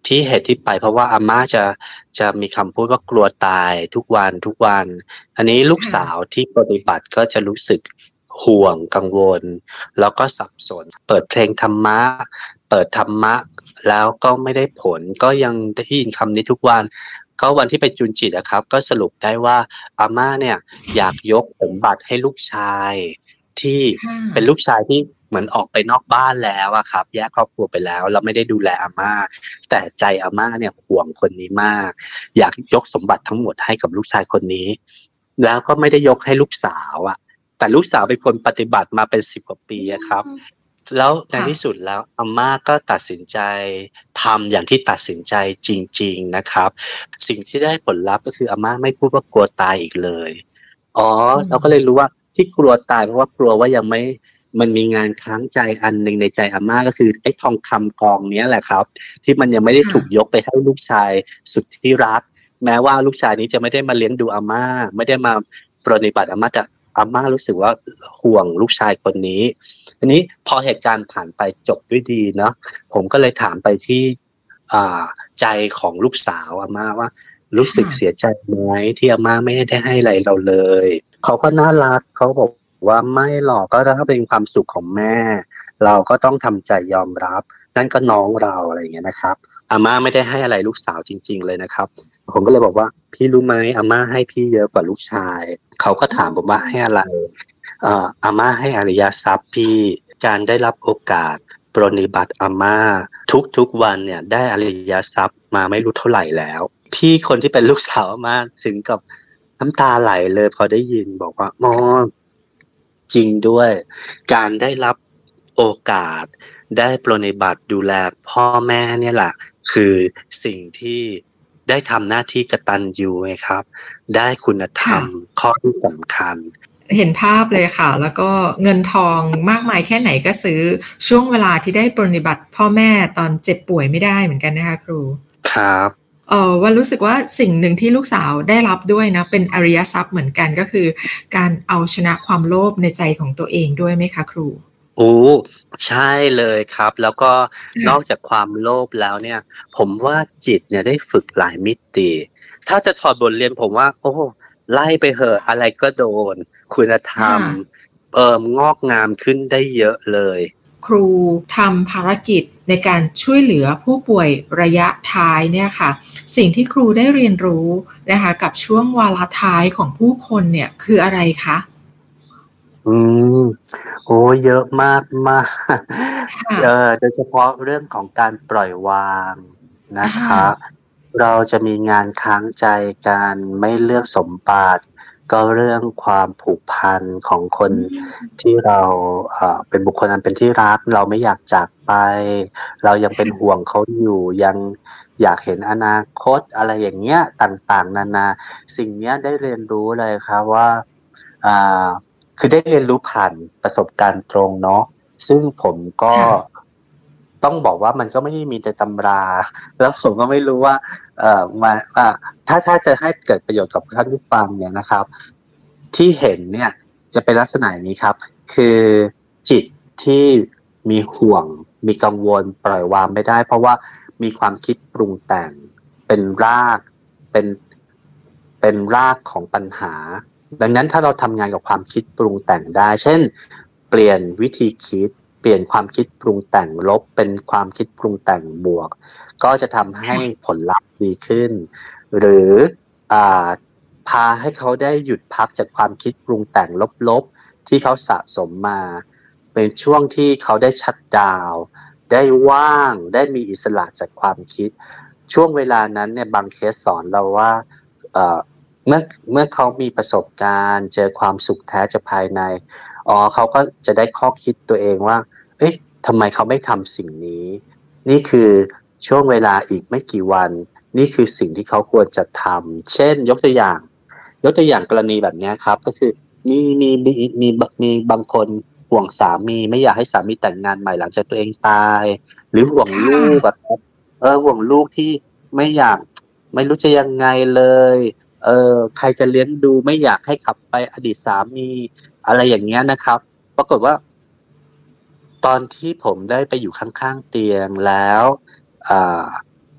ที่เหตุที่ไปเพราะว่าอาม่าจะจะมีคำพูดว่ากลัวตายทุกวันทุกวันอันนี้ลูกสาวที่ปฏิบัติก็จะรู้สึกห่วงกังวลแล้วก็สับสนเปิดเพลงธรรมะเปิดธรรมะแล้วก็ไม่ได้ผลก็ยังได้ยินคำนี้ทุกวันก็วันที่ไปจุนจิตนะครับก็สรุปได้ว่าอาม่าเนี่ยอยากยกสมบัติให้ลูกชายที่เป็นลูกชายที่เหมือนออกไปนอกบ้านแล้วอะครับแยกครอบครัวไปแล้วเราไม่ได้ดูแลอาม่าแต่ใจอาม่าเนี่ยห่วงคนนี้มากอยากยกสมบัติทั้งหมดให้กับลูกชายคนนี้แล้วก็ไม่ได้ยกให้ลูกสาวอะแต่ลูกสาวเป็นคนปฏิบัติมาเป็นสิบกว่าปีอะครับแล้วในที่สุดแล้วอาม่าก็ตัดสินใจทำอย่างที่ตัดสินใจจริงๆนะครับสิ่งที่ได้ผลลัพธ์ก็คืออาม่าไม่พูดว่ากลัวตายอีกเลยอ๋อเราก็เลยรู้ว่าที่กลัวตายเพราะว่ากลัวว่ายังไม่มันมีงานค้างใจอันนึงในใจอาม่าก็คือไอ้ทองคำกองนี้แหละครับที่มันยังไม่ได้ถูกยกไปให้ลูกชายสุดที่รักแม้ว่าลูกชายนี้จะไม่ได้มาเลี้ยงดูอาม่าไม่ได้มาปรนนิบัติอาม่าแต่อาม่ารู้สึกว่าห่วงลูกชายคนนี้อันนี้พอเหตุการณ์ผ่านไปจบด้วยดีเนาะผมก็เลยถามไปที่อ่าใจของลูกสาวอาม่าว่ารู้สึกเสียใจไหมที่อาม่าไม่ได้ให้อะไรเราเลยเขาก็น่ารักเขาบอกว่าไม่หรอกก็ถ้าเป็นความสุขของแม่เราก็ต้องทำใจยอมรับนั่นก็น้องเราอะไรอย่างเงี้ยนะครับอาม่าไม่ได้ให้อะไรลูกสาวจริงๆเลยนะครับผมก็เลยบอกว่าพี่รู้ไหมอาม่าให้พี่เยอะกว่าลูกชายเขาก็ถามผมว่าให้อะไรอ่าอาม่าให้อริยทรัพย์พี่การได้รับโอกาสปรนนิบัติอาม่าทุกๆวันเนี่ยได้อริยทรัพย์มาไม่รู้เท่าไหร่แล้วพี่คนที่เป็นลูกสาวอาม่าถึงกับน้ำตาไหลเลยพอได้ยินบอกว่าอ๋อจริงด้วยการได้รับโอกาสได้ปรนนิบัติดูแลพ่อแม่เนี่ยแหละคือสิ่งที่ได้ทำหน้าที่กตัญญูไงครับได้คุณธรรมข้อที่สำคัญเห็นภาพเลยค่ะแล้วก็เงินทองมากมายแค่ไหนก็ซื้อช่วงเวลาที่ได้ปรนนิบัติพ่อแม่ตอนเจ็บป่วยไม่ได้เหมือนกันนะคะครูครับเอ่อว่ารู้สึกว่าสิ่งหนึ่งที่ลูกสาวได้รับด้วยนะเป็นอริยทรัพย์เหมือนกันก็คือการเอาชนะความโลภในใจของตัวเองด้วยไหมคะครูโอ้ใช่เลยครับแล้วก็นอกจากความโลภแล้วเนี่ยผมว่าจิตเนี่ยได้ฝึกหลายมิติถ้าจะถอดบทเรียนผมว่าโอ้ไล่ไปเหอะอะไรก็โดนคุณธรรมเอ่องอกงามขึ้นได้เยอะเลยครูทำภารกิจในการช่วยเหลือผู้ป่วยระยะท้ายเนี่ยค่ะสิ่งที่ครูได้เรียนรู้นะคะกับช่วงวาระท้ายของผู้คนเนี่ยคืออะไรคะอืมโอ้เยอะมากมากเอ่อโดยเฉพาะเรื่องของการปล่อยวางนะครับเราจะมีงานค้างใจกันไม่เลือกสมบัติก็เรื่องความผูกพันของคนที่เราเอ่อเป็นบุคคลอันเป็นที่รักเราไม่อยากจากไปเรายังเป็นห่วงเขาอยู่ยังอยากเห็นอนาคตอะไรอย่างเงี้ยต่างๆนานาสิ่งเนี้ยได้เรียนรู้เลยครับว่าอ่า คือได้เรียนรู้ผ่านประสบการณ์ตรงเนาะซึ่งผมก็ต้องบอกว่ามันก็ไม่ได้มีแต่ตำราแล้วผมก็ไม่รู้ว่าเอ่อมาอ่าถ้าถ้าจะให้เกิดประโยชน์กับท่านผู้ฟังเนี่ยนะครับที่เห็นเนี่ยจะเป็นลักษณะนี้ครับคือจิตที่มีห่วงมีกังวลปล่อยวางไม่ได้เพราะว่ามีความคิดปรุงแต่งเป็นรากเป็นเป็นรากของปัญหาดังนั้นถ้าเราทำงานกับความคิดปรุงแต่งได้เช่นเปลี่ยนวิธีคิดเปลี่ยนความคิดปรุงแต่งลบเป็นความคิดปรุงแต่งบวกก็จะทำให้ผลลัพธ์ดีขึ้นหรืออ่าพาให้เขาได้หยุดพักจากความคิดปรุงแต่งลบๆที่เขาสะสมมาเป็นช่วงที่เขาได้ชัตดาวน์ได้ว่างได้มีอิสระจากความคิดช่วงเวลานั้นเนี่ยบางเคสสอนเราว่าเอ่อเมื่อเมื่อเขามีประสบการณ์เจอความสุขแท้จากภายในอ๋อเขาก็จะได้ข้อคิดตัวเองว่าเอ๊ะทำไมเขาไม่ทำสิ่งนี้นี่คือช่วงเวลาอีกไม่กี่วันนี่คือสิ่งที่เขาควรจะทำเช่นยกตัวอย่างยกตัวอย่างกรณีแบบนี้ครับก็คือมีมีมีมีมีบางคนห่วงสามีไม่อยากให้สามีแต่งงานใหม่หลังจากตัวเองตายหรือห่วงลูกแบบเออห่วงลูกที่ไม่อยากไม่รู้จะยังไงเลยเออใครจะเลี้ยงดูไม่อยากให้กลับไปอดีตสามีอะไรอย่างเงี้ยนะครับปรากฏว่าตอนที่ผมได้ไปอยู่ข้างๆเตียงแล้วอ่า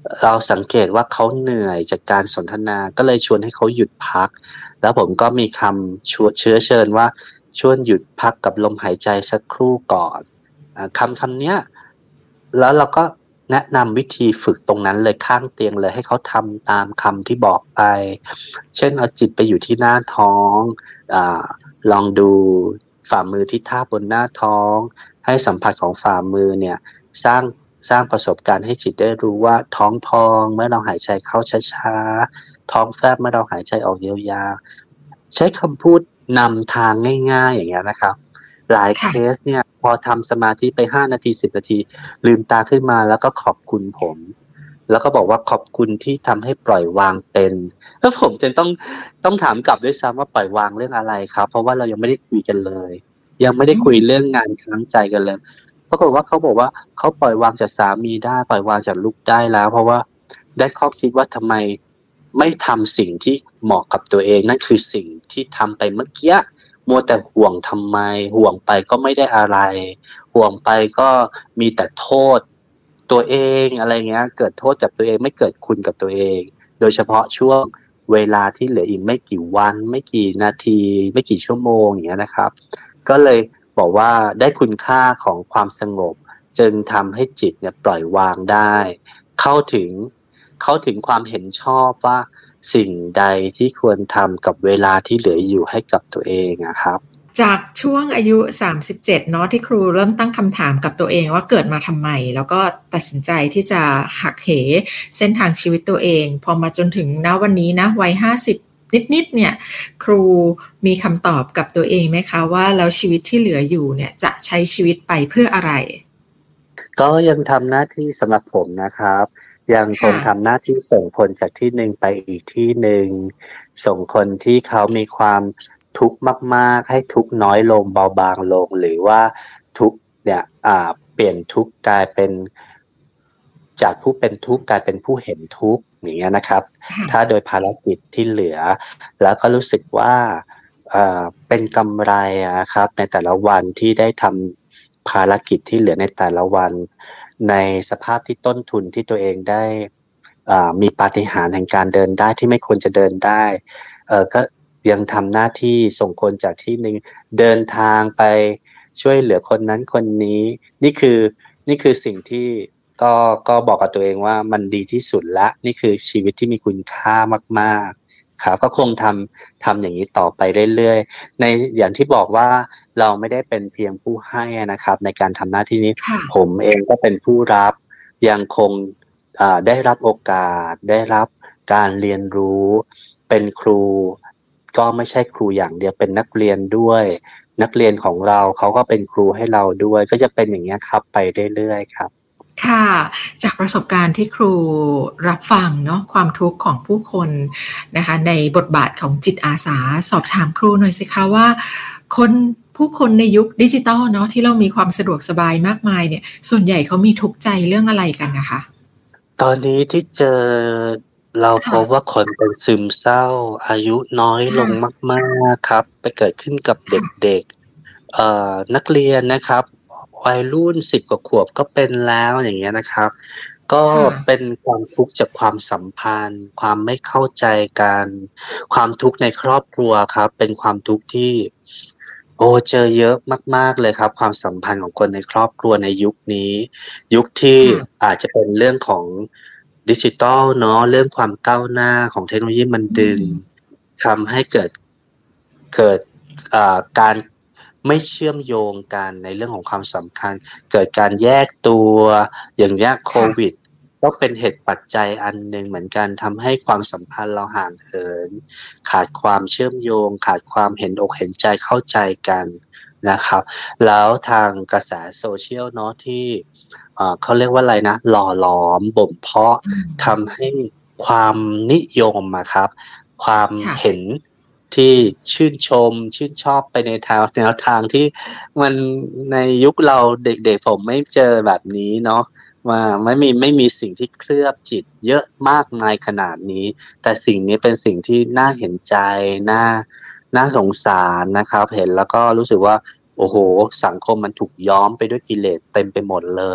เราสังเกตว่าเขาเหนื่อยจากการสนทนาก็เลยชวนให้เขาหยุดพักแล้วผมก็มีคำชวนเชื้อเชิญว่าชวนหยุดพักกับลมหายใจสักครู่ก่อนอ่าคำคำเนี้ยแล้วเราก็แนะนำวิธีฝึกตรงนั้นเลยข้างเตียงเลยให้เขาทำตามคำที่บอกไปเช่นเอาจิตไปอยู่ที่หน้าท้องอ่าลองดูฝ่ามือที่ทาบบนหน้าท้องให้สัมผัสของฝ่ามือเนี่ยสร้างสร้างประสบการณ์ให้จิตได้รู้ว่าท้องพองเมื่อเราหายใจเข้าช้าๆท้องแฟบเมื่อเราหายใจออกยาวๆใช้คำพูดนำทางง่ายๆอย่างเงี้ยนะครับหลายเคสเนี่ยพอทำสมาธิไปห้านาทีสิบนาทีลืมตาขึ้นมาแล้วก็ขอบคุณผมแล้วก็บอกว่าขอบคุณที่ทำให้ปล่อยวางเป็นแล้วผมจะต้องต้องถามกลับด้วยซ้ำว่าปล่อยวางเรื่องอะไรครับเพราะว่าเรายังไม่ได้คุยกันเลยยังไม่ได้คุยเรื่องงานค้างใจกันเลยปรากฏว่าเขาบอกว่าเขาปล่อยวางจากสามีได้ปล่อยวางจากลูกได้แล้วเพราะว่าได้ข้อคิดว่าทำไมไม่ทำสิ่งที่เหมาะกับตัวเองนั่นคือสิ่งที่ทำไปเมื่อกี้มัวแต่ห่วงทำไมห่วงไปก็ไม่ได้อะไรห่วงไปก็มีแต่โทษตัวเองอะไรเงี้ยเกิดโทษจากตัวเองไม่เกิดคุณกับตัวเองโดยเฉพาะช่วงเวลาที่เหลืออีกไม่กี่วันไม่กี่นาทีไม่กี่ชั่วโมงอย่างเงี้ยนะครับก็เลยบอกว่าได้คุณค่าของความสงบจึงทำให้จิตเนี่ยปล่อยวางได้เข้าถึงเข้าถึงความเห็นชอบว่าสิ่งใดที่ควรทำกับเวลาที่เหลืออยู่ให้กับตัวเองนะครับจากช่วงอายุสามสิบเจ็ดเนาะที่ครูเริ่มตั้งคำถามกับตัวเองว่าเกิดมาทำไมแล้วก็ตัดสินใจที่จะหักเหเส้นทางชีวิตตัวเองพอมาจนถึงณวันนี้นะวัยห้าสิบนิดๆเนี่ยครูมีคำตอบกับตัวเองไหมคะว่าแล้วชีวิตที่เหลืออยู่เนี่ยจะใช้ชีวิตไปเพื่ออะไรก็ยังทำหน้าที่สำหรับผมนะครับยังคงทำหน้าที่ส่งคนจากที่หนึ่งไปอีกที่หนึ่งส่งคนที่เขามีความทุกข์มากๆให้ทุกข์น้อยลงเบาบางลงหรือว่าทุกข์เนี่ยอ่าเปลี่ยนทุกข์กลายเป็นจากผู้เป็นทุกข์กลายเป็นผู้เห็นทุกข์อย่างเงี้ยนะครับถ้าโดยภารกิจที่เหลือแล้วก็รู้สึกว่าอ่าเป็นกำไรอะครับในแต่ละวันที่ได้ทำภารกิจที่เหลือในแต่ละวันในสภาพที่ต้นทุนที่ตัวเองได้อ่ามีปาฏิหาริย์แห่งการเดินได้ที่ไม่ควรจะเดินได้เอ่อก็ยังทำหน้าที่ส่งคนจากที่หนึ่งเดินทางไปช่วยเหลือคนนั้นคนนี้นี่คือนี่คือสิ่งที่ก็ก็บอกกับตัวเองว่ามันดีที่สุดแล้วนี่คือชีวิตที่มีคุณค่ามากๆครับก็คงทำทำอย่างนี้ต่อไปเรื่อยๆในอย่างที่บอกว่าเราไม่ได้เป็นเพียงผู้ให้นะครับในการทำหน้าที่นี้ผมเองก็เป็นผู้รับยังคงอ่าได้รับโอกาสได้รับการเรียนรู้เป็นครูก็ไม่ใช่ครูอย่างเดียวเป็นนักเรียนด้วยนักเรียนของเราเขาก็เป็นครูให้เราด้วยก็จะเป็นอย่างนี้ครับไปเรื่อยๆครับค่ะจากประสบการณ์ที่ครูรับฟังเนาะความทุกข์ของผู้คนนะคะในบทบาทของจิตอาสาสอบถามครูหน่อยสิคะว่าคนผู้คนในยุคดิจิทัลเนาะที่เรามีความสะดวกสบายมากมายเนี่ยส่วนใหญ่เขามีทุกข์ใจเรื่องอะไรกันนะคะตอนนี้ที่เจอเราพบว่าคนเป็นซึมเศร้าอายุน้อยลงมากๆครับไปเกิดขึ้นกับเด็กๆเอ่อนักเรียนนะครับวัยรุ่นสิบกว่าขวบก็เป็นแล้วอย่างเงี้ยนะครับก็เป็นความทุกข์จากความสัมพันธ์ความไม่เข้าใจกันความทุกข์ในครอบครัวครับเป็นความทุกข์ที่โอ้เจอเยอะมากๆเลยครับความสัมพันธ์ของคนในครอบครัวในยุคนี้ยุคที่อาจจะเป็นเรื่องของดิจิทัลเนาะเรื่องความก้าวหน้าของเทคโนโลยีมันดึงทำให้เกิดเกิดอ่าการไม่เชื่อมโยงกันในเรื่องของความสำคัญเกิดการแยกตัวอย่างเงี้ยโควิดก็เป็นเหตุปัจจัยอันหนึ่งเหมือนกันทำให้ความสัมพันธ์เราห่างเหินขาดความเชื่อมโยงขาดความเห็นอกเห็นใจเข้าใจกันนะครับแล้วทางกระแสโซเชียลเนาะที่เอ่อเขาเรียกว่าอะไรนะหล่อหลอมบ่มเพาะทำให้ความนิยมอะครับความเห็นที่ชื่นชมชื่นชอบไปในทางแนวทางที่มันในยุคเราเด็กๆผมไม่เจอแบบนี้เนาะว่าไม่มีไม่มีสิ่งที่เคลือบจิตเยอะมากมายขนาดนี้แต่สิ่งนี้เป็นสิ่งที่น่าเห็นใจน่าน่าสงสารนะครับเห็นแล้วก็รู้สึกว่าโอ้โหสังคมมันถูกย้อมไปด้วยกิเลสเต็มไปหมดเลย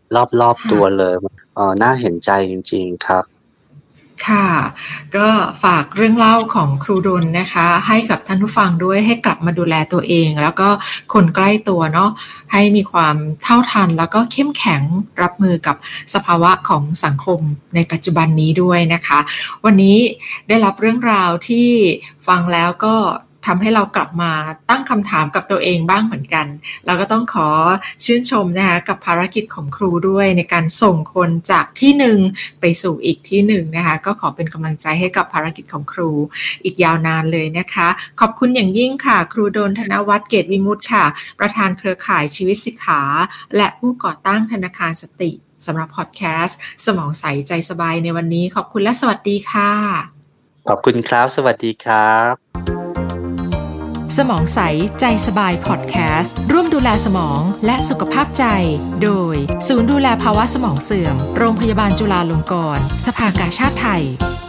รอบๆตัวเลยเอ่อน่าเห็นใจจริงๆครับค่ะก็ฝากเรื่องเล่าของครูดลนะคะให้กับท่านผู้ฟังด้วยให้กลับมาดูแลตัวเองแล้วก็คนใกล้ตัวเนาะให้มีความเท่าทันแล้วก็เข้มแข็งรับมือกับสภาวะของสังคมในปัจจุบันนี้ด้วยนะคะวันนี้ได้รับเรื่องราวที่ฟังแล้วก็ทำให้เรากลับมาตั้งคำถามกับตัวเองบ้างเหมือนกันเราก็ต้องขอชื่นชมนะคะกับภารกิจของครูด้วยในการส่งคนจากที่หนึ่งไปสู่อีกที่หนึ่งนะคะก็ขอเป็นกำลังใจให้กับภารกิจของครูอีกยาวนานเลยนะคะขอบคุณอย่างยิ่งค่ะครูดลธนวัฒน์เกตวิมุตติค่ะประธานเครือข่ายชีวิตสิกขาและผู้ก่อตั้งธนาคารสติสำหรับพอดแคสต์สมองใสใจสบายในวันนี้ขอบคุณและสวัสดีค่ะขอบคุณครับสวัสดีครับสมองใสใจสบายพอดแคสต์ร่วมดูแลสมองและสุขภาพใจโดยศูนย์ดูแลภาวะสมองเสื่อมโรงพยาบาลจุฬาลงกรณ์สภากาชาดไทย